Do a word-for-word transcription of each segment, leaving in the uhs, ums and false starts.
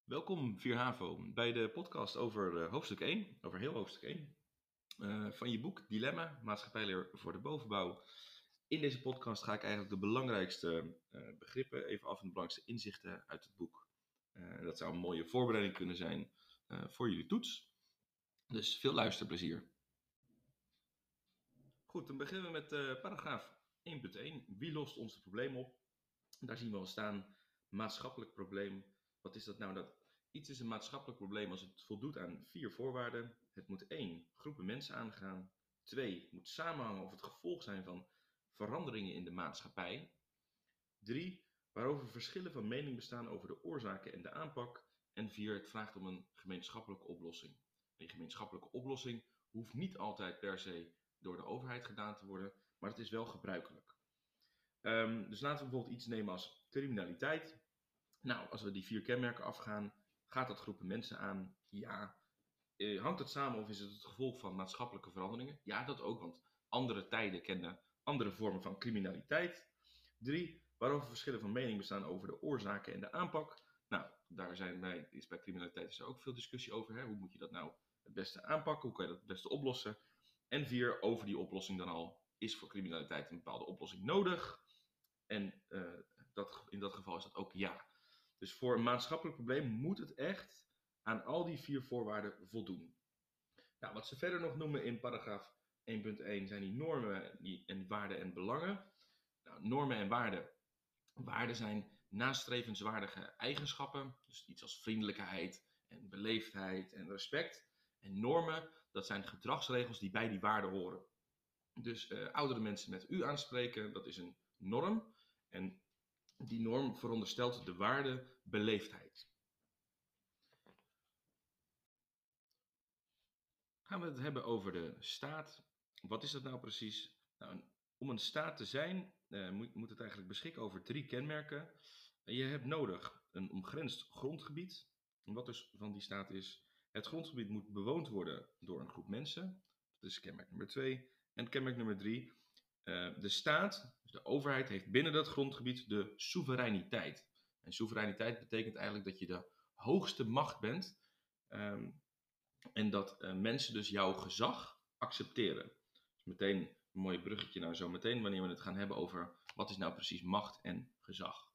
Welkom vier HAVO bij de podcast over uh, hoofdstuk één, over heel hoofdstuk één uh, van je boek Dilemma, maatschappijleer voor de bovenbouw. In deze podcast ga ik eigenlijk de belangrijkste uh, begrippen even af en de belangrijkste inzichten uit het boek. Uh, dat zou een mooie voorbereiding kunnen zijn uh, voor jullie toets. Dus veel luisterplezier. Goed, dan beginnen we met uh, paragraaf één punt één. Wie lost ons het probleem op? Daar zien we al staan, maatschappelijk probleem. Wat is dat nou? Dat iets is een maatschappelijk probleem als het voldoet aan vier voorwaarden. Het moet één, groepen mensen aangaan. twee, moet samenhangen of het gevolg zijn van veranderingen in de maatschappij. drie, waarover verschillen van mening bestaan over de oorzaken en de aanpak. En vier, het vraagt om een gemeenschappelijke oplossing. Die gemeenschappelijke oplossing hoeft niet altijd per se door de overheid gedaan te worden, maar het is wel gebruikelijk. Um, dus laten we bijvoorbeeld iets nemen als criminaliteit. Nou, als we die vier kenmerken afgaan, gaat dat groepen mensen aan? Ja. Uh, hangt het samen of is het het gevolg van maatschappelijke veranderingen? Ja, dat ook, want andere tijden kennen andere vormen van criminaliteit. Drie, waarover verschillen van mening bestaan over de oorzaken en de aanpak. Nou, daar zijn bij, is bij criminaliteit is er ook veel discussie over. Hè? Hoe moet je dat nou het beste aanpakken? Hoe kan je dat het beste oplossen? En vier, over die oplossing dan al. Is voor criminaliteit een bepaalde oplossing nodig? En uh, dat, in dat geval is dat ook ja. Dus voor een maatschappelijk probleem moet het echt aan al die vier voorwaarden voldoen. Nou, wat ze verder nog noemen in paragraaf één punt één zijn die normen die, en waarden en belangen. Nou, normen en waarden. Waarden zijn nastrevenswaardige eigenschappen. Dus iets als vriendelijkheid en beleefdheid en respect. En normen, dat zijn gedragsregels die bij die waarden horen. Dus uh, oudere mensen met u aanspreken, dat is een norm. En die norm veronderstelt de waarde beleefdheid. Gaan we het hebben over de staat. Wat is dat nou precies? Nou, om een staat te zijn uh, moet, moet het eigenlijk beschikken over drie kenmerken. Je hebt nodig een omgrensd grondgebied. En wat dus van die staat is, het grondgebied moet bewoond worden door een groep mensen. Dat is kenmerk nummer twee. En kenmerk nummer drie, uh, de staat, dus de overheid, heeft binnen dat grondgebied de soevereiniteit. En soevereiniteit betekent eigenlijk dat je de hoogste macht bent. Um, en dat uh, mensen dus jouw gezag accepteren. Dus meteen een mooi bruggetje naar zo meteen, wanneer we het gaan hebben over wat is nou precies macht en gezag.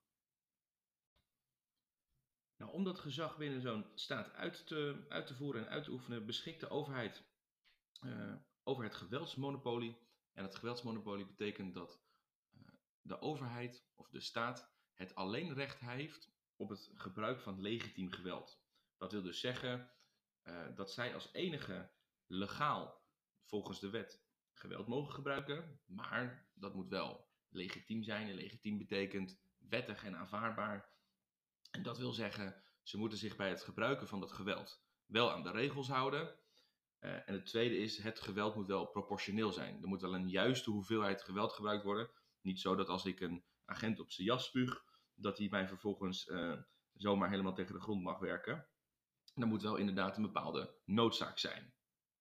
Nou, om dat gezag binnen zo'n staat uit te, uit te voeren en uit te oefenen, beschikt de overheid uh, over het geweldsmonopolie. En het geweldsmonopolie betekent dat uh, de overheid of de staat het alleen recht heeft op het gebruik van legitiem geweld. Dat wil dus zeggen uh, dat zij als enige legaal volgens de wet geweld mogen gebruiken, maar dat moet wel legitiem zijn. En legitiem betekent wettig en aanvaardbaar. En dat wil zeggen, ze moeten zich bij het gebruiken van dat geweld wel aan de regels houden. Uh, en het tweede is, het geweld moet wel proportioneel zijn. Er moet wel een juiste hoeveelheid geweld gebruikt worden. Niet zo dat als ik een agent op zijn jas spuug, dat hij mij vervolgens uh, zomaar helemaal tegen de grond mag werken. Er moet wel inderdaad een bepaalde noodzaak zijn.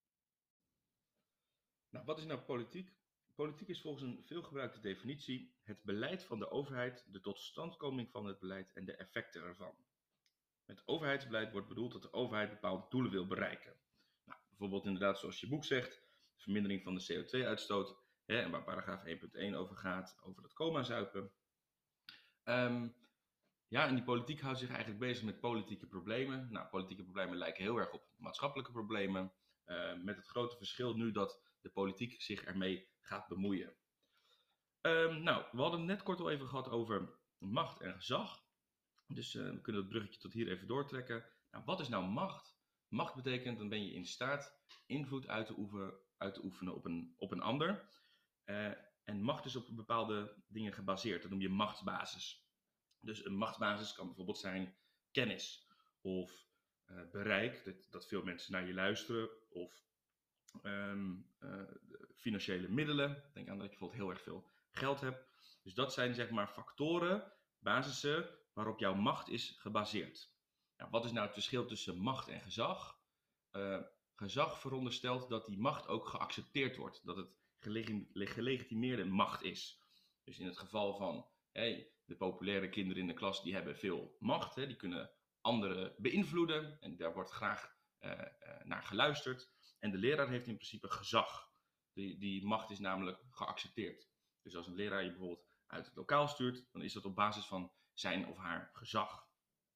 Nou, wat is nou politiek? Politiek is volgens een veelgebruikte definitie het beleid van de overheid, de totstandkoming van het beleid en de effecten ervan. Met overheidsbeleid wordt bedoeld dat de overheid bepaalde doelen wil bereiken. Nou, bijvoorbeeld inderdaad zoals je boek zegt, de vermindering van de C O twee uitstoot, hè, en waar paragraaf één punt één over gaat, over dat coma-zuipen. Um, ja, en die politiek houdt zich eigenlijk bezig met politieke problemen. Nou, politieke problemen lijken heel erg op maatschappelijke problemen, uh, met het grote verschil nu dat de politiek zich ermee gaat bemoeien. Um, nou, we hadden het net kort al even gehad over macht en gezag. Dus uh, we kunnen het bruggetje tot hier even doortrekken. Nou, wat is nou macht? Macht betekent, dan ben je in staat invloed uit te oefenen, uit te oefenen op, een, op een ander. Uh, en macht is op bepaalde dingen gebaseerd. Dat noem je machtsbasis. Dus een machtsbasis kan bijvoorbeeld zijn kennis of uh, bereik, dat, dat veel mensen naar je luisteren, of um, uh, financiële middelen. Denk aan dat je bijvoorbeeld heel erg veel geld hebt. Dus dat zijn zeg maar factoren, basissen, waarop jouw macht is gebaseerd. Nou, wat is nou het verschil tussen macht en gezag? Uh, gezag veronderstelt dat die macht ook geaccepteerd wordt, dat het gelegi- gelegitimeerde macht is. Dus in het geval van hey, de populaire kinderen in de klas, die hebben veel macht, hè, die kunnen anderen beïnvloeden en daar wordt graag uh, uh, naar geluisterd. En de leraar heeft in principe gezag. Die, die macht is namelijk geaccepteerd. Dus als een leraar je bijvoorbeeld uit het lokaal stuurt, dan is dat op basis van zijn of haar gezag.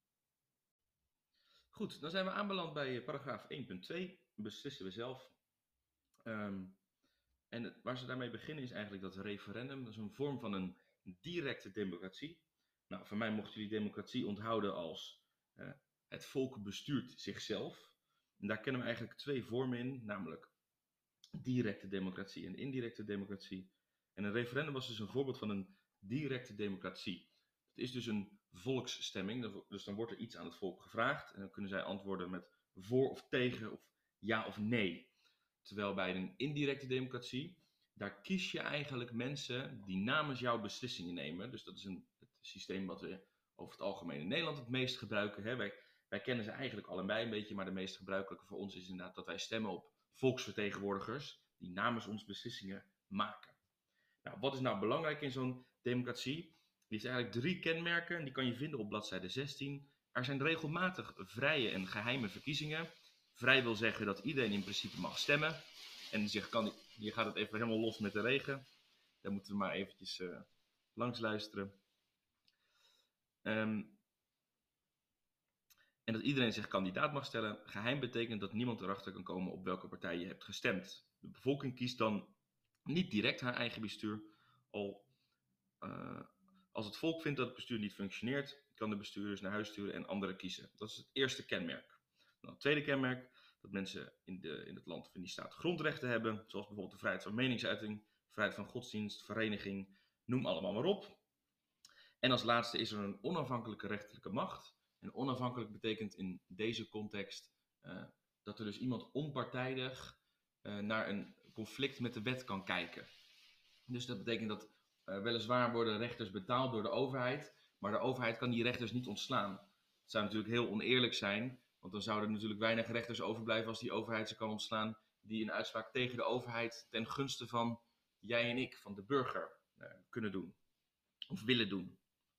Goed, dan zijn we aanbeland bij paragraaf één punt twee. Beslissen we zelf. Um, en het, waar ze daarmee beginnen is eigenlijk dat referendum. Dat is een vorm van een directe democratie. Nou, voor mij mochten jullie democratie onthouden als uh, het volk bestuurt zichzelf. En daar kennen we eigenlijk twee vormen in, namelijk directe democratie en indirecte democratie. En een referendum was dus een voorbeeld van een directe democratie. Het is dus een volksstemming, dus dan wordt er iets aan het volk gevraagd en dan kunnen zij antwoorden met voor of tegen of ja of nee. Terwijl bij een indirecte democratie, daar kies je eigenlijk mensen die namens jou beslissingen nemen. Dus dat is een, het systeem wat we over het algemeen in Nederland het meest gebruiken. Hè. Wij, wij kennen ze eigenlijk allebei een beetje, maar de meest gebruikelijke voor ons is inderdaad dat wij stemmen op volksvertegenwoordigers die namens ons beslissingen maken. Nou, wat is nou belangrijk in zo'n democratie? Die heeft eigenlijk drie kenmerken en die kan je vinden op bladzijde zestien. Er zijn regelmatig vrije en geheime verkiezingen. Vrij wil zeggen dat iedereen in principe mag stemmen. En zich kan, hier gaat het even helemaal los met de regen. Daar moeten we maar eventjes uh, langs luisteren. Um, en dat iedereen zich kandidaat mag stellen. Geheim betekent dat niemand erachter kan komen op welke partij je hebt gestemd. De bevolking kiest dan niet direct haar eigen bestuur. Al, uh, als het volk vindt dat het bestuur niet functioneert, kan de bestuurders naar huis sturen en anderen kiezen. Dat is het eerste kenmerk. Dan het tweede kenmerk, dat mensen in, de, in het land van die staat grondrechten hebben, zoals bijvoorbeeld de vrijheid van meningsuiting, vrijheid van godsdienst, vereniging, noem allemaal maar op. En als laatste is er een onafhankelijke rechterlijke macht. En onafhankelijk betekent in deze context uh, dat er dus iemand onpartijdig uh, naar een conflict met de wet kan kijken. Dus dat betekent dat uh, weliswaar worden rechters betaald door de overheid, maar de overheid kan die rechters niet ontslaan. Het zou natuurlijk heel oneerlijk zijn, want dan zouden er natuurlijk weinig rechters overblijven als die overheid ze kan ontslaan, die een uitspraak tegen de overheid ten gunste van jij en ik, van de burger, uh, kunnen doen. Of willen doen.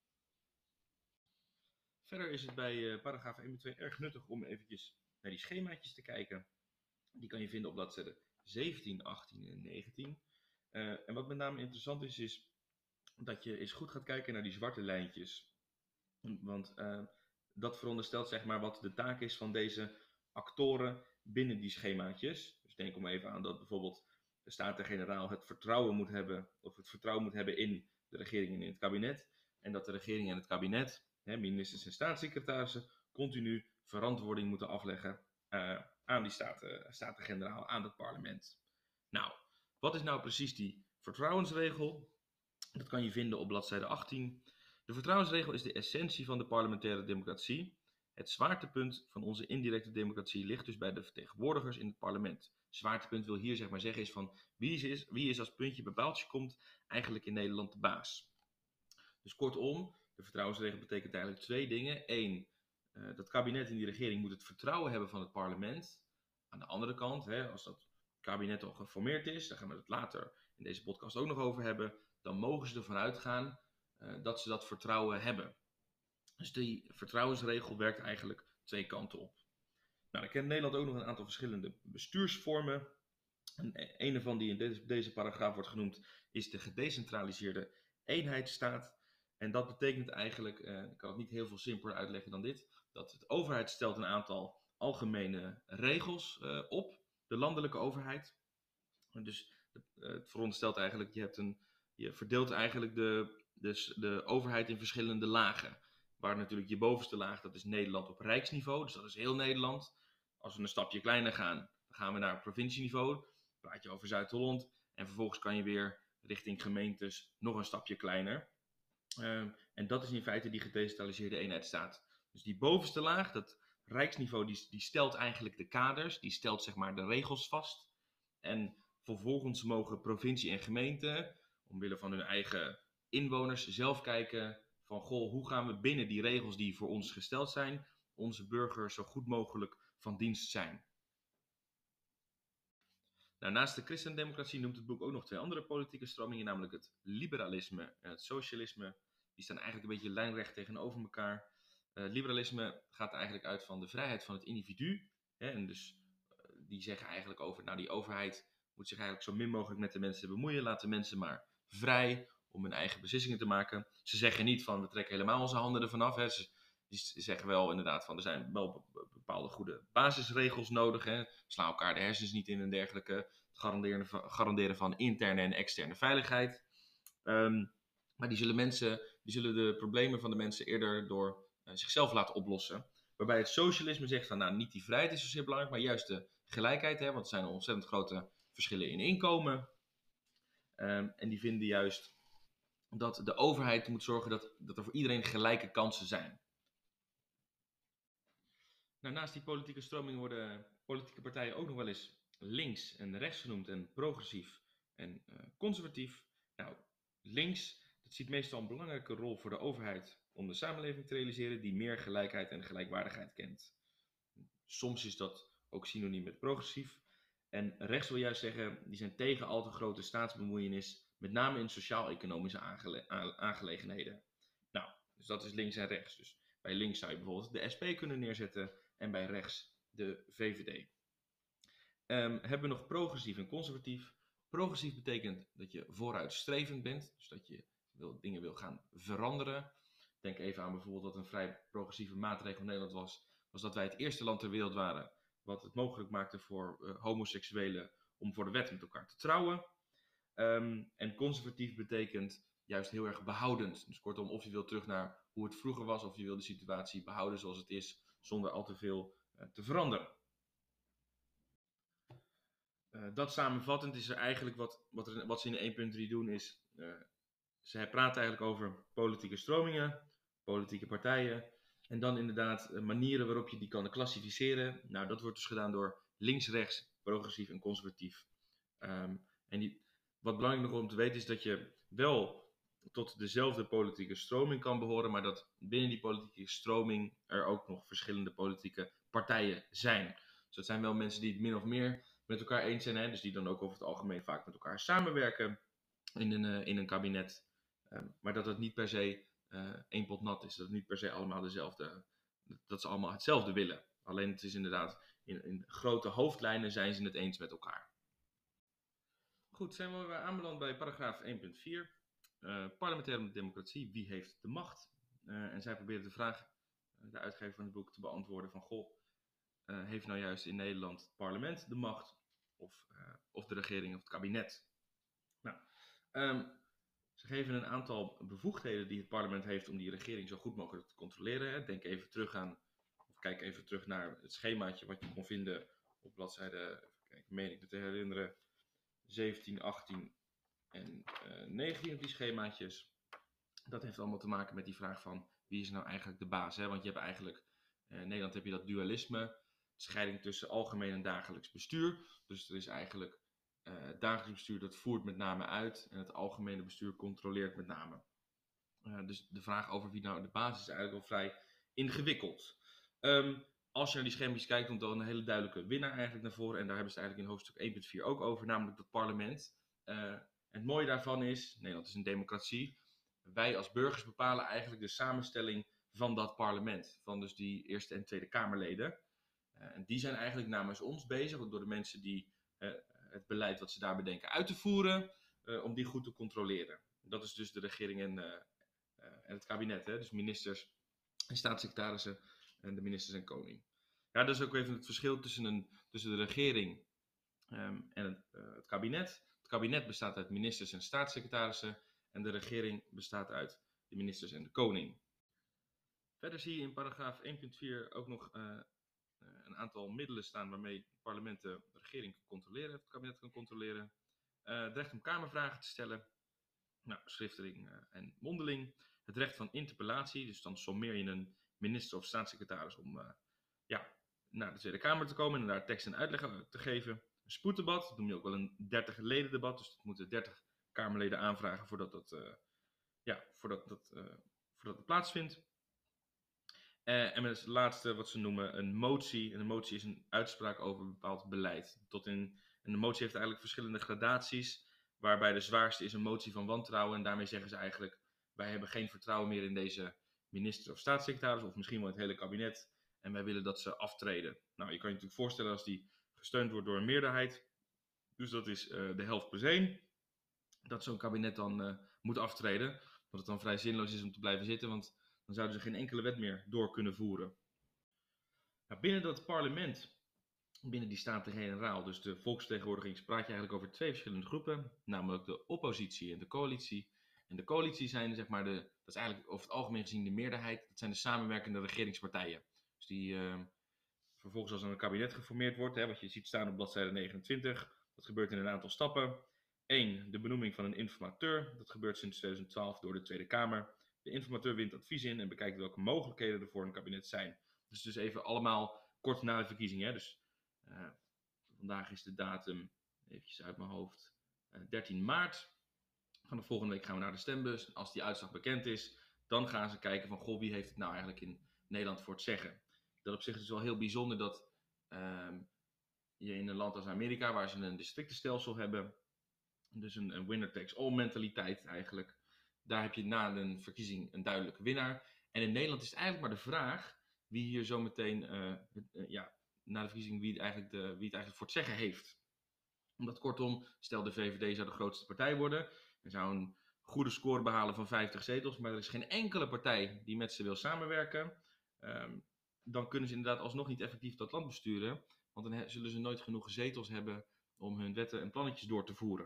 Verder is het bij uh, paragraaf één punt twee erg nuttig om eventjes naar die schemaatjes te kijken. Die kan je vinden op bladzijde zeventien, achttien en negentien. Uh, en wat met name interessant is, is dat je eens goed gaat kijken naar die zwarte lijntjes. Want uh, dat veronderstelt zeg maar wat de taak is van deze actoren binnen die schemaatjes. Dus denk om even aan dat bijvoorbeeld de Staten-Generaal het vertrouwen moet hebben, of het vertrouwen moet hebben in de regering en in het kabinet. En dat de regering en het kabinet, hè, ministers en staatssecretarissen, continu verantwoording moeten afleggen uh, aan die Staten, Staten-Generaal, aan het parlement. Nou, wat is nou precies die vertrouwensregel? Dat kan je vinden op bladzijde achttien. De vertrouwensregel is de essentie van de parlementaire democratie. Het zwaartepunt van onze indirecte democratie ligt dus bij de vertegenwoordigers in het parlement. Zwaartepunt wil hier zeg maar zeggen is van wie is, wie is als puntje bij paaltje komt eigenlijk in Nederland de baas. Dus kortom, de vertrouwensregel betekent eigenlijk twee dingen. Eén, uh, dat kabinet en die regering moet het vertrouwen hebben van het parlement. Aan de andere kant, hè, als dat kabinet al geformeerd is, daar gaan we het later in deze podcast ook nog over hebben, dan mogen ze ervan uitgaan uh, dat ze dat vertrouwen hebben. Dus die vertrouwensregel werkt eigenlijk twee kanten op. Nou, dan kent Nederland ook nog een aantal verschillende bestuursvormen. En een ervan die in deze, deze paragraaf wordt genoemd is de gedecentraliseerde eenheidsstaat. En dat betekent eigenlijk, uh, ik kan het niet heel veel simpeler uitleggen dan dit, dat de overheid stelt een aantal algemene regels uh, op, de landelijke overheid. Dus uh, het veronderstelt eigenlijk, je, hebt een, je verdeelt eigenlijk de, de, de overheid in verschillende lagen. Waar natuurlijk je bovenste laag, dat is Nederland op rijksniveau, dus dat is heel Nederland. Als we een stapje kleiner gaan, dan gaan we naar provincieniveau, dan praat je over Zuid-Holland. En vervolgens kan je weer richting gemeentes nog een stapje kleiner. Uh, en dat is in feite die gedecentraliseerde eenheidsstaat. Dus die bovenste laag, dat rijksniveau, die, die stelt eigenlijk de kaders, die stelt zeg maar de regels vast. En vervolgens mogen provincie en gemeente, omwille van hun eigen inwoners, zelf kijken van goh, hoe gaan we binnen die regels die voor ons gesteld zijn, onze burgers zo goed mogelijk van dienst zijn. Nou, naast de christendemocratie noemt het boek ook nog twee andere politieke stromingen, namelijk het liberalisme en het socialisme. Die staan eigenlijk een beetje lijnrecht tegenover elkaar. Uh, liberalisme gaat eigenlijk uit van de vrijheid van het individu. Hè, en dus uh, die zeggen eigenlijk over, nou die overheid moet zich eigenlijk zo min mogelijk met de mensen bemoeien. Laat de mensen maar vrij om hun eigen beslissingen te maken. Ze zeggen niet van we trekken helemaal onze handen ervan af. Hè. Ze, ze zeggen wel inderdaad van er zijn wel bepaalde goede basisregels nodig. Hè. Slaan elkaar de hersens niet in en dergelijke. Het garanderen van, garanderen van interne en externe veiligheid. Um, maar die zullen, mensen, die zullen de problemen van de mensen eerder door uh, zichzelf laten oplossen. Waarbij het socialisme zegt van nou niet die vrijheid is zozeer belangrijk, maar juist de gelijkheid. Hè, want er zijn ontzettend grote verschillen in inkomen. Um, en die vinden juist dat de overheid moet zorgen dat, dat er voor iedereen gelijke kansen zijn. Nou, naast die politieke stromingen worden politieke partijen ook nog wel eens links en rechts genoemd en progressief en uh, conservatief. Nou, links, dat ziet meestal een belangrijke rol voor de overheid om de samenleving te realiseren die meer gelijkheid en gelijkwaardigheid kent. Soms is dat ook synoniem met progressief. En rechts wil juist zeggen, die zijn tegen al te grote staatsbemoeienis, met name in sociaal-economische aangele- aangelegenheden. Nou, dus dat is links en rechts. Dus bij links zou je bijvoorbeeld de S P kunnen neerzetten en bij rechts de V V D. Um, hebben we nog progressief en conservatief. Progressief betekent dat je vooruitstrevend bent, dus dat je wil, dingen wil gaan veranderen. Denk even aan bijvoorbeeld dat een vrij progressieve maatregel in Nederland was, was dat wij het eerste land ter wereld waren wat het mogelijk maakte voor uh, homoseksuelen om voor de wet met elkaar te trouwen. Um, en conservatief betekent juist heel erg behoudend. Dus kortom, of je wil terug naar hoe het vroeger was, of je wil de situatie behouden zoals het is, zonder al te veel uh, te veranderen. Uh, dat samenvattend is er eigenlijk wat, wat, er, wat ze in één punt drie doen is, uh, ze praten eigenlijk over politieke stromingen, politieke partijen en dan inderdaad uh, manieren waarop je die kan klassificeren. Nou, dat wordt dus gedaan door links, rechts, progressief en conservatief. Um, en die, wat belangrijk nog om te weten is dat je wel tot dezelfde politieke stroming kan behoren, maar dat binnen die politieke stroming er ook nog verschillende politieke partijen zijn. Dus dat zijn wel mensen die het min of meer met elkaar eens zijn, hè? Dus die dan ook over het algemeen vaak met elkaar samenwerken in een, uh, in een kabinet. Um, maar dat het niet per se uh, één pot nat is, dat het niet per se allemaal dezelfde, dat ze allemaal hetzelfde willen. Alleen het is inderdaad, in, in grote hoofdlijnen zijn ze het eens met elkaar. Goed, zijn we aanbeland bij paragraaf één punt vier. Uh, parlementaire democratie, wie heeft de macht? Uh, en zij proberen de vraag, uh, de uitgever van het boek, te beantwoorden van, goh, uh, heeft nou juist in Nederland het parlement de macht? Of, uh, of de regering of het kabinet? Nou, um, ze geven een aantal bevoegdheden die het parlement heeft om die regering zo goed mogelijk te controleren. Hè. Denk even terug aan, of kijk even terug naar het schemaatje wat je kon vinden op bladzijde, kijk, meen ik me te herinneren, zeventien, achttien en uh, negentien op die schemaatjes. Dat heeft allemaal te maken met die vraag van wie is nou eigenlijk de baas. Hè? Want je hebt eigenlijk, uh, in Nederland heb je dat dualisme, scheiding tussen algemeen en dagelijks bestuur. Dus er is eigenlijk uh, het dagelijks bestuur dat voert met name uit en het algemene bestuur controleert met name. Uh, dus de vraag over wie nou de baas is, is eigenlijk wel vrij ingewikkeld. Um, als je naar die schema's kijkt, komt dan een hele duidelijke winnaar eigenlijk naar voren. En daar hebben ze het eigenlijk in hoofdstuk één punt vier ook over, namelijk het parlement. Uh, het mooie daarvan is, Nederland is een democratie. Wij als burgers bepalen eigenlijk de samenstelling van dat parlement. Van dus die Eerste en Tweede Kamerleden. Uh, en die zijn eigenlijk namens ons bezig, door de mensen die uh, het beleid wat ze daar bedenken uit te voeren, uh, om die goed te controleren. Dat is dus de regering en, uh, uh, en het kabinet. Hè? Dus ministers en staatssecretarissen en de ministers en koning. Ja, dat is ook even het verschil tussen, een, tussen de regering um, en het, uh, het kabinet. Het kabinet bestaat uit ministers en staatssecretarissen en de regering bestaat uit de ministers en de koning. Verder zie je in paragraaf één punt vier ook nog uh, uh, een aantal middelen staan waarmee het parlement de regering kan controleren, het kabinet kan controleren. Uh, het recht om kamervragen te stellen, nou, schriftelijk uh, en mondeling. Het recht van interpellatie, dus dan sommeer je een minister of staatssecretaris om uh, ja, naar de Tweede Kamer te komen en daar tekst en uitleg te geven. Een spoeddebat, dat noem je ook wel een dertig leden debat, dus dat moeten dertig Kamerleden aanvragen voordat dat, uh, ja, voordat dat, uh, voordat het plaatsvindt. Uh, en met het laatste wat ze noemen een motie. En een motie is een uitspraak over een bepaald beleid. Tot in, en de motie heeft eigenlijk verschillende gradaties, waarbij de zwaarste is een motie van wantrouwen. En daarmee zeggen ze eigenlijk, wij hebben geen vertrouwen meer in deze minister of staatssecretaris of misschien wel het hele kabinet en wij willen dat ze aftreden. Nou, je kan je natuurlijk voorstellen als die gesteund wordt door een meerderheid, dus dat is uh, de helft plus één, dat zo'n kabinet dan uh, moet aftreden. Dat het dan vrij zinloos is om te blijven zitten, want dan zouden ze geen enkele wet meer door kunnen voeren. Nou, binnen dat parlement, binnen die Staten-Generaal, dus de volksvertegenwoordiging, praat je eigenlijk over twee verschillende groepen, namelijk de oppositie en de coalitie. En de coalitie zijn, zeg maar, de, dat is eigenlijk over het algemeen gezien de meerderheid, dat zijn de samenwerkende regeringspartijen. Dus die uh, vervolgens als er een kabinet geformeerd wordt, hè, wat je ziet staan op bladzijde negenentwintig, dat gebeurt in een aantal stappen. Eén, de benoeming van een informateur, dat gebeurt sinds twintig twaalf door de Tweede Kamer. De informateur wint advies in en bekijkt welke mogelijkheden er voor een kabinet zijn. Dus dus even allemaal kort na de verkiezingen. Hè. Dus uh, vandaag is de datum, eventjes uit mijn hoofd, uh, dertien maart. Vanaf volgende week gaan we naar de stembus. Als die uitslag bekend is, dan gaan ze kijken van, goh, wie heeft het nou eigenlijk in Nederland voor het zeggen. Dat op zich is wel heel bijzonder dat uh, je in een land als Amerika, waar ze een districtenstelsel hebben, dus een, een winner takes all mentaliteit eigenlijk, daar heb je na een verkiezing een duidelijke winnaar. En in Nederland is het eigenlijk maar de vraag wie hier zometeen, uh, uh, ja, na de verkiezing, wie het, eigenlijk de, wie het eigenlijk voor het zeggen heeft. Omdat kortom, stel de V V D zou de grootste partij worden, er zou een goede score behalen van vijftig zetels, maar er is geen enkele partij die met ze wil samenwerken. Um, dan kunnen ze inderdaad alsnog niet effectief dat land besturen, want dan he- zullen ze nooit genoeg zetels hebben om hun wetten en plannetjes door te voeren.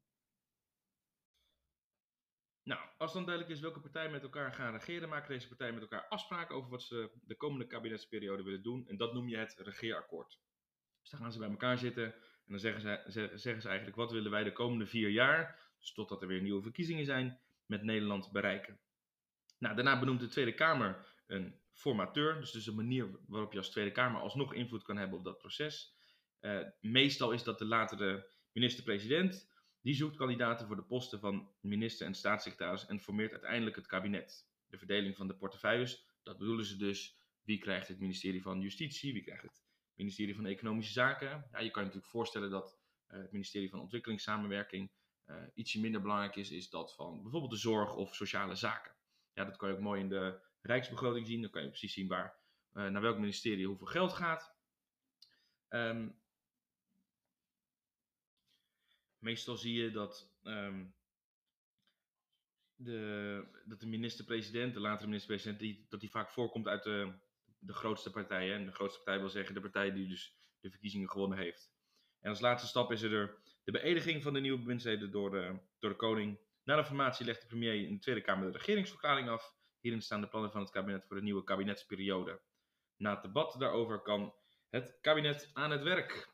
Nou, als dan duidelijk is welke partijen met elkaar gaan regeren, maken deze partijen met elkaar afspraken over wat ze de komende kabinetsperiode willen doen. En dat noem je het regeerakkoord. Dus dan gaan ze bij elkaar zitten en dan zeggen ze, zeggen ze eigenlijk wat willen wij de komende vier jaar, dus totdat er weer nieuwe verkiezingen zijn, met Nederland bereiken. Nou, daarna benoemt de Tweede Kamer een formateur, dus dus een manier waarop je als Tweede Kamer alsnog invloed kan hebben op dat proces. Uh, meestal is dat de latere minister-president. Die zoekt kandidaten voor de posten van minister en staatssecretaris en formeert uiteindelijk het kabinet. De verdeling van de portefeuilles, dat bedoelen ze dus. Wie krijgt het ministerie van Justitie, wie krijgt het ministerie van Economische Zaken. Ja, je kan je natuurlijk voorstellen dat uh, het ministerie van Ontwikkelingssamenwerking uh, ietsje minder belangrijk is, is dat van bijvoorbeeld de zorg of sociale zaken. Ja, dat kan je ook mooi in de Rijksbegroting zien. Dan kan je precies zien waar, uh, naar welk ministerie hoeveel geld gaat. Um, meestal zie je dat, um, de, dat de minister-president, de latere minister-president, die, dat die vaak voorkomt uit de, de grootste partijen. En de grootste partij wil zeggen de partij die dus de verkiezingen gewonnen heeft. En als laatste stap is er de beëdiging van de nieuwe bewindsleden door de, door de koning. Na de formatie legt de premier in de Tweede Kamer de regeringsverklaring af. Hierin staan de plannen van het kabinet voor de nieuwe kabinetsperiode. Na het debat daarover kan het kabinet aan het werk.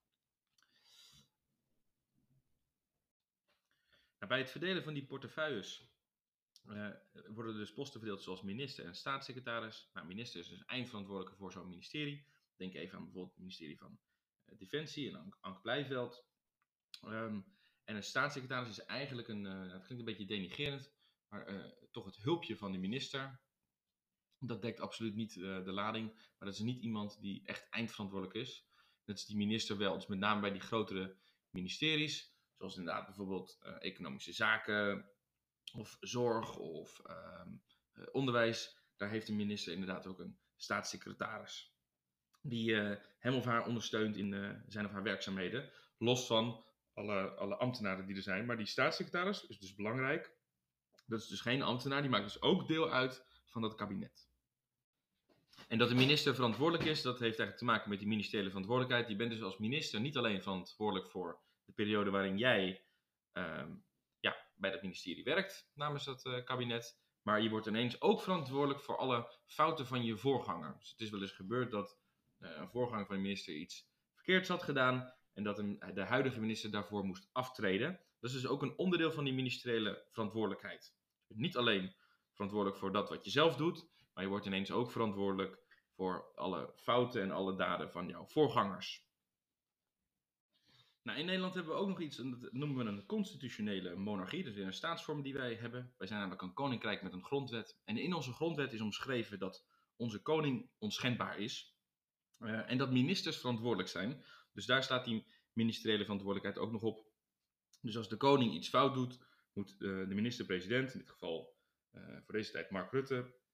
Nou, bij het verdelen van die portefeuilles uh, worden dus posten verdeeld zoals minister en staatssecretaris. Nou, minister is dus eindverantwoordelijke voor zo'n ministerie. Denk even aan bijvoorbeeld het ministerie van uh, Defensie en Anke, Anke Blijveld. Um, en een staatssecretaris is eigenlijk een, uh, het klinkt een beetje denigrerend, maar uh, toch het hulpje van de minister. Dat dekt absoluut niet uh, de lading, maar dat is niet iemand die echt eindverantwoordelijk is. Dat is die minister wel, dus met name bij die grotere ministeries, zoals inderdaad bijvoorbeeld uh, economische zaken of zorg of uh, uh, onderwijs. Daar heeft de minister inderdaad ook een staatssecretaris die uh, hem of haar ondersteunt in uh, zijn of haar werkzaamheden, los van alle, alle ambtenaren die er zijn. Maar die staatssecretaris is dus belangrijk. Dat is dus geen ambtenaar, die maakt dus ook deel uit van dat kabinet. En dat de minister verantwoordelijk is, dat heeft eigenlijk te maken met die ministeriële verantwoordelijkheid. Je bent dus als minister niet alleen verantwoordelijk voor de periode waarin jij um, ja, bij dat ministerie werkt namens dat uh, kabinet, maar je wordt ineens ook verantwoordelijk voor alle fouten van je voorganger. Dus het is wel eens gebeurd dat uh, een voorganger van de minister iets verkeerds had gedaan en dat een, de huidige minister daarvoor moest aftreden. Dat is dus ook een onderdeel van die ministeriële verantwoordelijkheid. Je bent niet alleen verantwoordelijk voor dat wat je zelf doet, maar je wordt ineens ook verantwoordelijk voor alle fouten en alle daden van jouw voorgangers. Nou, in Nederland hebben we ook nog iets, en dat noemen we een constitutionele monarchie. Dus een staatsvorm die wij hebben. Wij zijn namelijk een koninkrijk met een grondwet. En in onze grondwet is omschreven dat onze koning onschendbaar is. Uh, en dat ministers verantwoordelijk zijn. Dus daar staat die ministeriële verantwoordelijkheid ook nog op. Dus als de koning iets fout doet, moet uh, de minister-president, in dit geval uh, voor deze tijd Mark Rutte,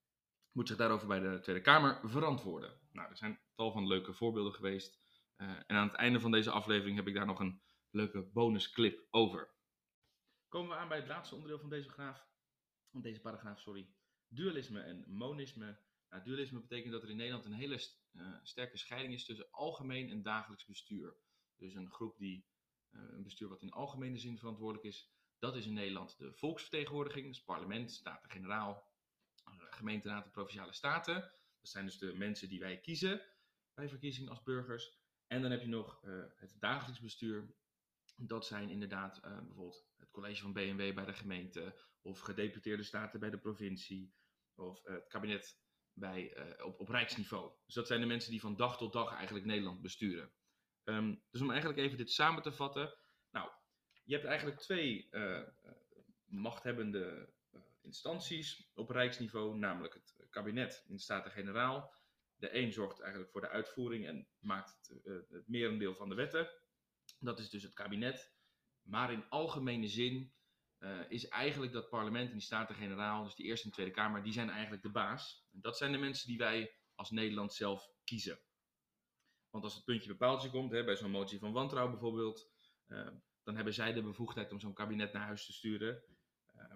moet zich daarover bij de Tweede Kamer verantwoorden. Nou, er zijn tal van leuke voorbeelden geweest. Uh, en aan het einde van deze aflevering heb ik daar nog een leuke bonusclip over. Komen we aan bij het laatste onderdeel van deze graaf, van deze paragraaf, sorry. Dualisme en monisme. Nou, dualisme betekent dat er in Nederland een hele st- uh, sterke scheiding is tussen algemeen en dagelijks bestuur. Dus een groep die, uh, een bestuur wat in algemene zin verantwoordelijk is, dat is in Nederland de volksvertegenwoordiging, dus parlement, Staten-Generaal, gemeenteraad en provinciale staten. Dat zijn dus de mensen die wij kiezen bij verkiezingen als burgers. En dan heb je nog uh, het dagelijks bestuur. Dat zijn inderdaad uh, bijvoorbeeld het college van B en W bij de gemeente, of gedeputeerde staten bij de provincie, of uh, het kabinet bij, uh, op, op rijksniveau. Dus dat zijn de mensen die van dag tot dag eigenlijk Nederland besturen. Um, dus om eigenlijk even dit samen te vatten. Nou, je hebt eigenlijk twee uh, machthebbende uh, instanties op rijksniveau, namelijk het kabinet en de Staten-Generaal. De een zorgt eigenlijk voor de uitvoering en maakt het, uh, het merendeel van de wetten. Dat is dus het kabinet. Maar in algemene zin uh, is eigenlijk dat parlement en die Staten-Generaal, dus die Eerste en Tweede Kamer, die zijn eigenlijk de baas. En dat zijn de mensen die wij als Nederland zelf kiezen. Want als het puntje bij paaltje komt, hè, bij zo'n motie van wantrouwen bijvoorbeeld, uh, dan hebben zij de bevoegdheid om zo'n kabinet naar huis te sturen. Uh,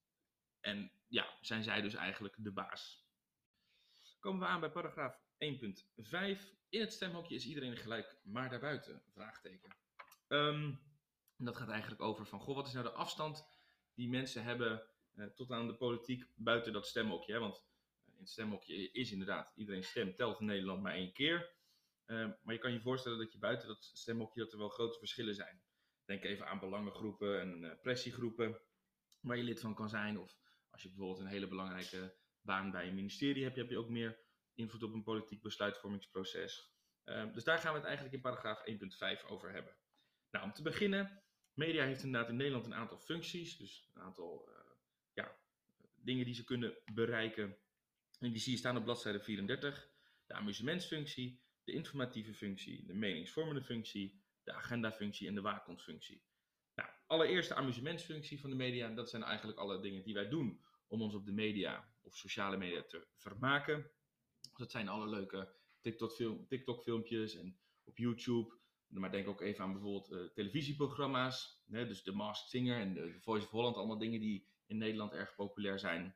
en ja, zijn zij dus eigenlijk de baas. Komen we aan bij paragraaf één punt vijf. In het stemhokje is iedereen gelijk, maar daarbuiten? Vraagteken. Um, dat gaat eigenlijk over van, goh, wat is nou de afstand die mensen hebben uh, tot aan de politiek buiten dat stemhokje? Hè? Want uh, in het stemhokje is inderdaad, iedereen stemt, telt in Nederland maar één keer. Uh, maar je kan je voorstellen dat je buiten dat stemhokje, dat er wel grote verschillen zijn. Denk even aan belangengroepen en uh, pressiegroepen waar je lid van kan zijn. Of als je bijvoorbeeld een hele belangrijke baan bij een ministerie hebt, heb je ook meer invloed op een politiek besluitvormingsproces. Uh, dus daar gaan we het eigenlijk in paragraaf één punt vijf over hebben. Nou, om te beginnen, media heeft inderdaad in Nederland een aantal functies, dus een aantal uh, ja, dingen die ze kunnen bereiken. En die zie je staan op bladzijde vierendertig. De amusementsfunctie, de informatieve functie, de meningsvormende functie, de agendafunctie en de waakhondfunctie. Nou, allereerst de amusementsfunctie van de media. Dat zijn eigenlijk alle dingen die wij doen om ons op de media of sociale media te vermaken. Dat zijn alle leuke TikTok-filmpjes en op YouTube. Maar denk ook even aan bijvoorbeeld uh, televisieprogramma's. Hè, dus The Masked Singer en The Voice of Holland. Allemaal dingen die in Nederland erg populair zijn.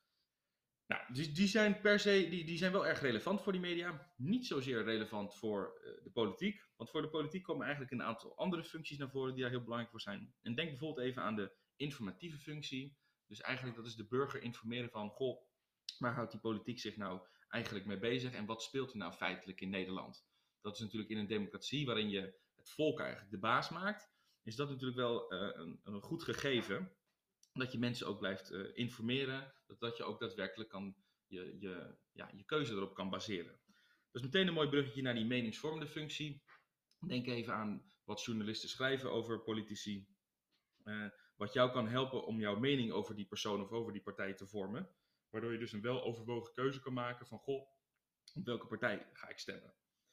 Nou, die, die zijn per se, die, die zijn wel erg relevant voor die media. Niet zozeer relevant voor uh, de politiek. Want voor de politiek komen eigenlijk een aantal andere functies naar voren die daar heel belangrijk voor zijn. En denk bijvoorbeeld even aan de informatieve functie. Dus eigenlijk dat is de burger informeren van, goh, waar houdt die politiek zich nou eigenlijk mee bezig en wat speelt er nou feitelijk in Nederland? Dat is natuurlijk in een democratie waarin je het volk eigenlijk de baas maakt, is dat natuurlijk wel uh, een, een goed gegeven. Dat je mensen ook blijft uh, informeren, dat, dat je ook daadwerkelijk kan, je, je, ja, je keuze erop kan baseren. Dat is meteen een mooi bruggetje naar die meningsvormende functie. Denk even aan wat journalisten schrijven over politici. Uh, wat jou kan helpen om jouw mening over die persoon of over die partij te vormen. Waardoor je dus een weloverwogen keuze kan maken van, goh, op welke partij ga ik stemmen.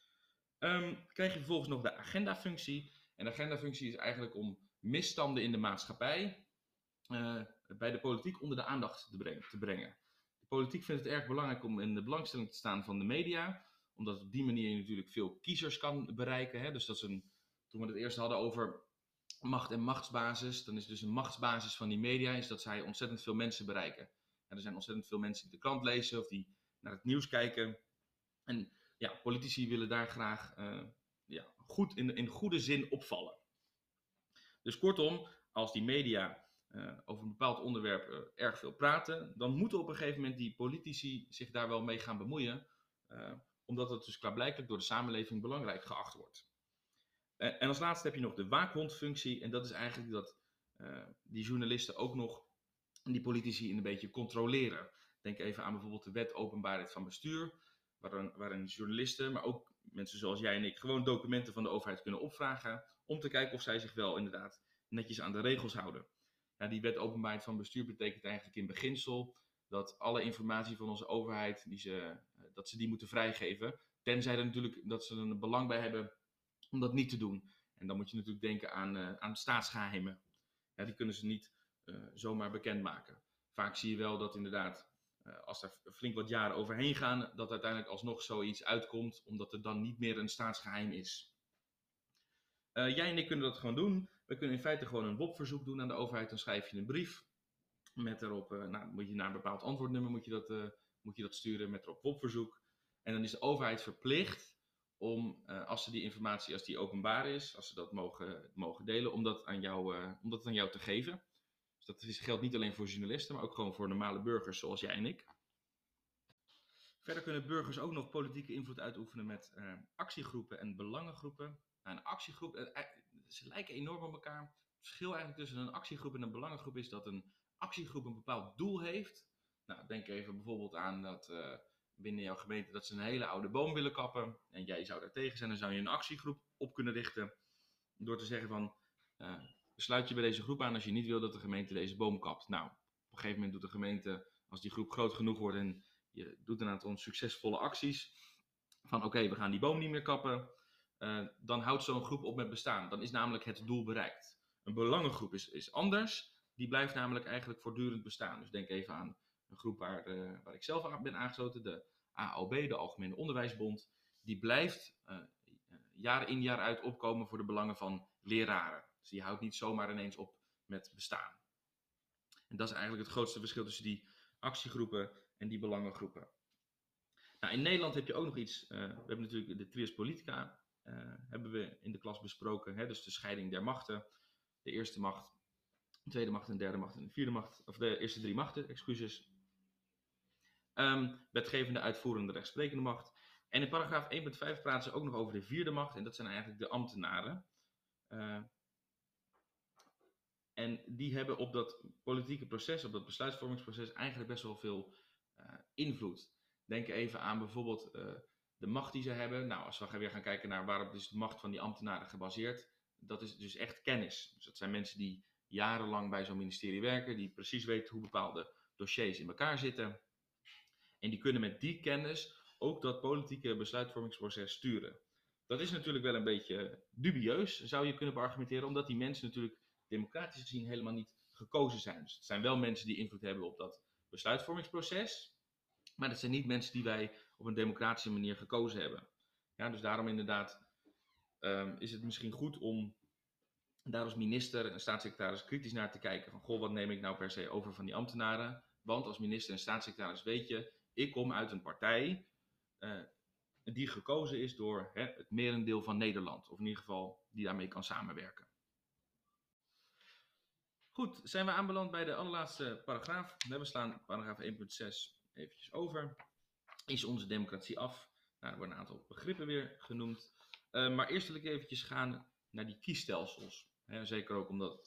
Um, krijg je vervolgens nog de agendafunctie. En de agendafunctie is eigenlijk om misstanden in de maatschappij uh, bij de politiek onder de aandacht te brengen, te brengen. De politiek vindt het erg belangrijk om in de belangstelling te staan van de media. Omdat het op die manier je natuurlijk veel kiezers kan bereiken. Hè? Dus dat is een, toen we het eerst hadden over macht en machtsbasis, dan is dus een machtsbasis van die media is dat zij ontzettend veel mensen bereiken. En er zijn ontzettend veel mensen die de krant lezen of die naar het nieuws kijken. En ja, politici willen daar graag uh, ja, goed in, in goede zin opvallen. Dus kortom, als die media uh, over een bepaald onderwerp uh, erg veel praten, dan moeten op een gegeven moment die politici zich daar wel mee gaan bemoeien. Uh, omdat het dus klaarblijkelijk door de samenleving belangrijk geacht wordt. Uh, en als laatste heb je nog de waakhondfunctie. En dat is eigenlijk dat uh, die journalisten ook nog die politici een beetje controleren. Denk even aan bijvoorbeeld de wet openbaarheid van bestuur. Waarin, waarin journalisten, maar ook mensen zoals jij en ik, gewoon documenten van de overheid kunnen opvragen. Om te kijken of zij zich wel inderdaad netjes aan de regels houden. Nou, die wet openbaarheid van bestuur betekent eigenlijk in beginsel dat alle informatie van onze overheid, die ze, dat ze die moeten vrijgeven. Tenzij er natuurlijk dat ze er een belang bij hebben om dat niet te doen. En dan moet je natuurlijk denken aan, uh, aan staatsgeheimen. Ja, die kunnen ze niet uh, zomaar bekendmaken. Vaak zie je wel dat inderdaad uh, als er flink wat jaren overheen gaan, dat uiteindelijk alsnog zoiets uitkomt, omdat het dan niet meer een staatsgeheim is. Uh, jij en ik kunnen dat gewoon doen. We kunnen in feite gewoon een W O P-verzoek doen aan de overheid. Dan schrijf je een brief met erop, uh, nou, moet je naar een bepaald antwoordnummer moet je dat, uh, moet je dat sturen met erop W O P-verzoek. En dan is de overheid verplicht om, uh, als ze die informatie, als die openbaar is, als ze dat mogen, mogen delen, om dat, aan jou, uh, om dat aan jou te geven. Dus dat is, geldt niet alleen voor journalisten, maar ook gewoon voor normale burgers zoals jij en ik. Verder kunnen burgers ook nog politieke invloed uitoefenen met uh, actiegroepen en belangengroepen. Nou, een actiegroep, uh, ze lijken enorm op elkaar. Het verschil eigenlijk tussen een actiegroep en een belangengroep is dat een actiegroep een bepaald doel heeft. Nou, denk even bijvoorbeeld aan dat uh, binnen jouw gemeente dat ze een hele oude boom willen kappen. En jij zou daar tegen zijn, dan zou je een actiegroep op kunnen richten. Door te zeggen van, uh, sluit je bij deze groep aan als je niet wil dat de gemeente deze boom kapt. Nou, op een gegeven moment doet de gemeente, als die groep groot genoeg wordt en je doet een aantal succesvolle acties. Van oké, okay, we gaan die boom niet meer kappen. Uh, dan houdt zo'n groep op met bestaan. Dan is namelijk het doel bereikt. Een belangengroep is, is anders. Die blijft namelijk eigenlijk voortdurend bestaan. Dus denk even aan een groep waar, uh, waar ik zelf aan ben aangesloten. De A O B, de Algemene Onderwijsbond. Die blijft uh, jaar in jaar uit opkomen voor de belangen van leraren. Dus die houdt niet zomaar ineens op met bestaan. En dat is eigenlijk het grootste verschil tussen die actiegroepen en die belangengroepen. Nou, in Nederland heb je ook nog iets. Uh, we hebben natuurlijk de trias politica. Uh, hebben we in de klas besproken. Hè? Dus de scheiding der machten. De eerste macht, de tweede macht, de derde macht en de vierde macht. Of de eerste drie machten, excuses. Um, wetgevende, uitvoerende, rechtsprekende macht. En in paragraaf één punt vijf praten ze ook nog over de vierde macht. En dat zijn eigenlijk de ambtenaren. Uh, en die hebben op dat politieke proces, op dat besluitvormingsproces, eigenlijk best wel veel uh, invloed. Denk even aan bijvoorbeeld uh, de macht die ze hebben. Nou, als we weer gaan kijken naar waarop is de macht van die ambtenaren gebaseerd. Dat is dus echt kennis. Dus dat zijn mensen die jarenlang bij zo'n ministerie werken. Die precies weten hoe bepaalde dossiers in elkaar zitten. En die kunnen met die kennis ook dat politieke besluitvormingsproces sturen. Dat is natuurlijk wel een beetje dubieus, zou je kunnen beargumenteren. Omdat die mensen natuurlijk democratisch gezien helemaal niet gekozen zijn. Dus het zijn wel mensen die invloed hebben op dat besluitvormingsproces. Maar dat zijn niet mensen die wij op een democratische manier gekozen hebben. Ja, dus daarom inderdaad um, is het misschien goed om daar als minister en staatssecretaris kritisch naar te kijken. Van, goh, wat neem ik nou per se over van die ambtenaren? Want als minister en staatssecretaris weet je, ik kom uit een partij uh, die gekozen is door hè, het merendeel van Nederland. Of in ieder geval die daarmee kan samenwerken. Goed, zijn we aanbeland bij de allerlaatste paragraaf. We slaan paragraaf één punt zes eventjes over. Is onze democratie af? Nou, er worden een aantal begrippen weer genoemd. Uh, maar eerst wil ik eventjes gaan naar die kiesstelsels. He, zeker ook omdat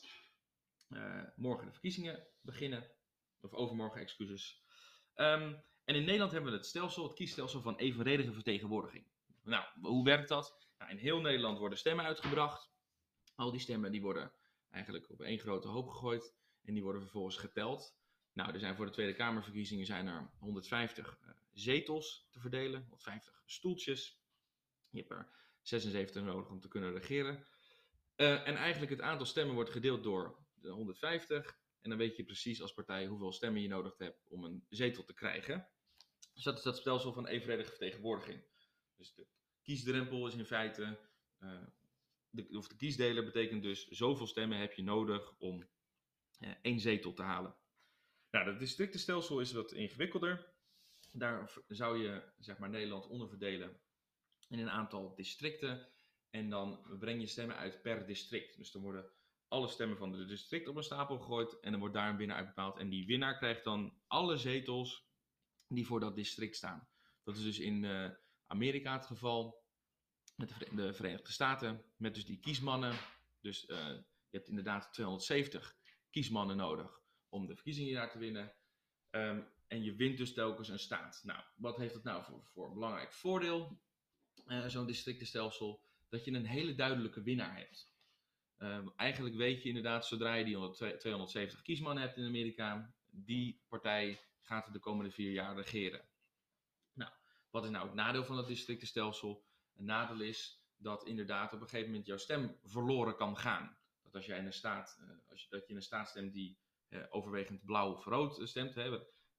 uh, morgen de verkiezingen beginnen. Of overmorgen, excuses. Um, en in Nederland hebben we het stelsel, het kiesstelsel van evenredige vertegenwoordiging. Nou, hoe werkt dat? Nou, in heel Nederland worden stemmen uitgebracht. Al die stemmen die worden eigenlijk op één grote hoop gegooid. En die worden vervolgens geteld. Nou, er zijn voor de Tweede Kamerverkiezingen zijn er honderdvijftig uh, zetels te verdelen. honderdvijftig stoeltjes. Je hebt er zesenzeventig nodig om te kunnen regeren. Uh, en eigenlijk het aantal stemmen wordt gedeeld door de honderdvijftig. En dan weet je precies als partij hoeveel stemmen je nodig hebt om een zetel te krijgen. Dus dat is dat stelsel van evenredige vertegenwoordiging. Dus de kiesdrempel is in feite... Uh, de, of de kiesdeler betekent dus zoveel stemmen heb je nodig om uh, één zetel te halen. Nou, dat districtenstelsel stelsel is wat ingewikkelder. Daar zou je zeg maar, Nederland onderverdelen in een aantal districten. En dan breng je stemmen uit per district. Dus dan worden alle stemmen van de district op een stapel gegooid. En dan wordt daar een winnaar uit bepaald. En die winnaar krijgt dan alle zetels die voor dat district staan. Dat is dus in uh, Amerika het geval. Met de, de Verenigde Staten. Met dus die kiesmannen. Dus uh, je hebt inderdaad tweehonderdzeventig kiesmannen nodig om de verkiezingen daar te winnen. Um, en je wint dus telkens een staat. Nou, wat heeft dat nou voor, voor een belangrijk voordeel? Uh, zo'n districtenstelsel. Dat je een hele duidelijke winnaar hebt. Um, eigenlijk weet je inderdaad, zodra je die tweehonderdzeventig kiesmannen hebt in Amerika, die partij gaat de komende vier jaar regeren. Nou, wat is nou het nadeel van het districtenstelsel? Een nadeel is dat inderdaad op een gegeven moment jouw stem verloren kan gaan. Dat als jij in een staat, uh, als je, dat je in een staat stemt die uh, overwegend blauw of rood stemt, hè,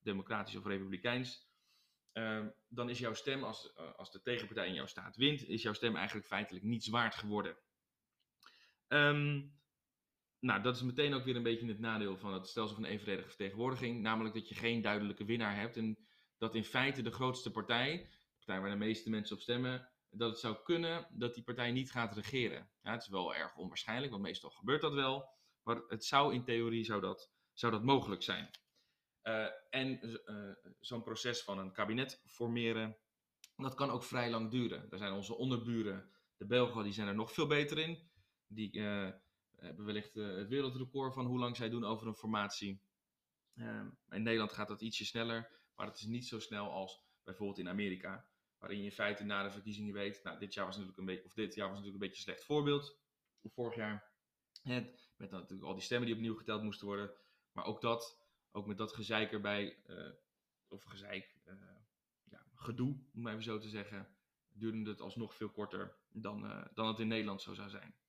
democratisch of republikeins, uh, dan is jouw stem, als, uh, als de tegenpartij in jouw staat wint, is jouw stem eigenlijk feitelijk niets waard geworden. Um, nou, dat is meteen ook weer een beetje het nadeel van het stelsel van evenredige vertegenwoordiging, namelijk dat je geen duidelijke winnaar hebt en dat in feite de grootste partij, de partij waar de meeste mensen op stemmen, dat het zou kunnen dat die partij niet gaat regeren. Ja, het is wel erg onwaarschijnlijk, want meestal gebeurt dat wel, maar het zou in theorie zou dat, zou dat mogelijk zijn. Uh, en uh, zo'n proces van een kabinet formeren, dat kan ook vrij lang duren. Daar zijn onze onderburen, de Belgen, die zijn er nog veel beter in. Die uh, hebben wellicht uh, het wereldrecord van hoe lang zij doen over een formatie. Uh, in Nederland gaat dat ietsje sneller, maar het is niet zo snel als bijvoorbeeld in Amerika, waarin je in feite na de verkiezingen weet, nou, dit jaar was natuurlijk een beetje, of dit jaar was natuurlijk een beetje een slecht voorbeeld, of vorig jaar, het, met dan natuurlijk al die stemmen die opnieuw geteld moesten worden, maar ook dat, ook met dat gezeik erbij, uh, of gezeik, uh, ja, gedoe, om even zo te zeggen, duurde het alsnog veel korter dan, uh, dan het in Nederland zo zou zijn.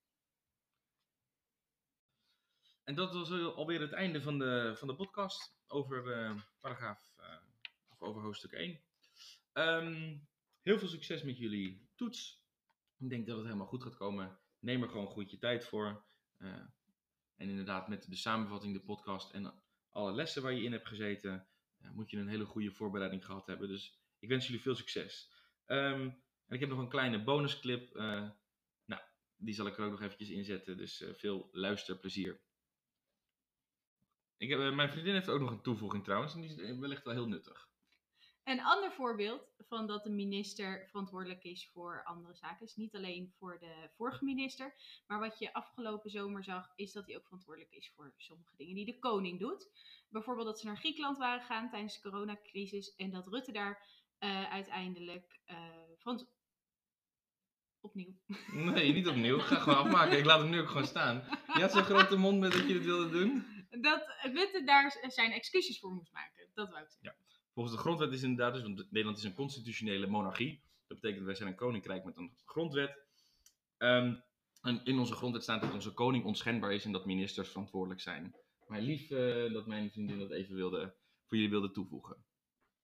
En dat was alweer het einde van de, van de podcast over uh, paragraaf, uh, of over hoofdstuk één. Um, heel veel succes met jullie toets. Ik denk dat het helemaal goed gaat komen. Neem er gewoon goed je tijd voor. Uh, en inderdaad met de samenvatting, de podcast en alle lessen waar je in hebt gezeten, uh, moet je een hele goede voorbereiding gehad hebben. Dus ik wens jullie veel succes. Um, en ik heb nog een kleine bonusclip. Uh, nou, die zal ik er ook nog eventjes inzetten. Dus uh, veel luisterplezier. Ik heb, uh, mijn vriendin heeft ook nog een toevoeging trouwens. En die is wellicht wel heel nuttig. Een ander voorbeeld van dat de minister verantwoordelijk is voor andere zaken is niet alleen voor de vorige minister, maar wat je afgelopen zomer zag is dat hij ook verantwoordelijk is voor sommige dingen die de koning doet. Bijvoorbeeld dat ze naar Griekenland waren gegaan tijdens de coronacrisis en dat Rutte daar uh, uiteindelijk uh, verant- opnieuw. Nee, niet opnieuw. Ga gewoon afmaken. Ik laat hem nu ook gewoon staan. Je had zo'n grote mond met dat je dit wilde doen. Dat Rutte daar zijn excuses voor moest maken. Dat wou ik zeggen. Ja. Volgens de grondwet is inderdaad dus, want Nederland is een constitutionele monarchie. Dat betekent dat wij zijn een koninkrijk met een grondwet. Um, en in onze grondwet staat dat onze koning onschendbaar is en dat ministers verantwoordelijk zijn. Maar lief uh, dat mijn vriendin dat even wilde, voor jullie wilde toevoegen.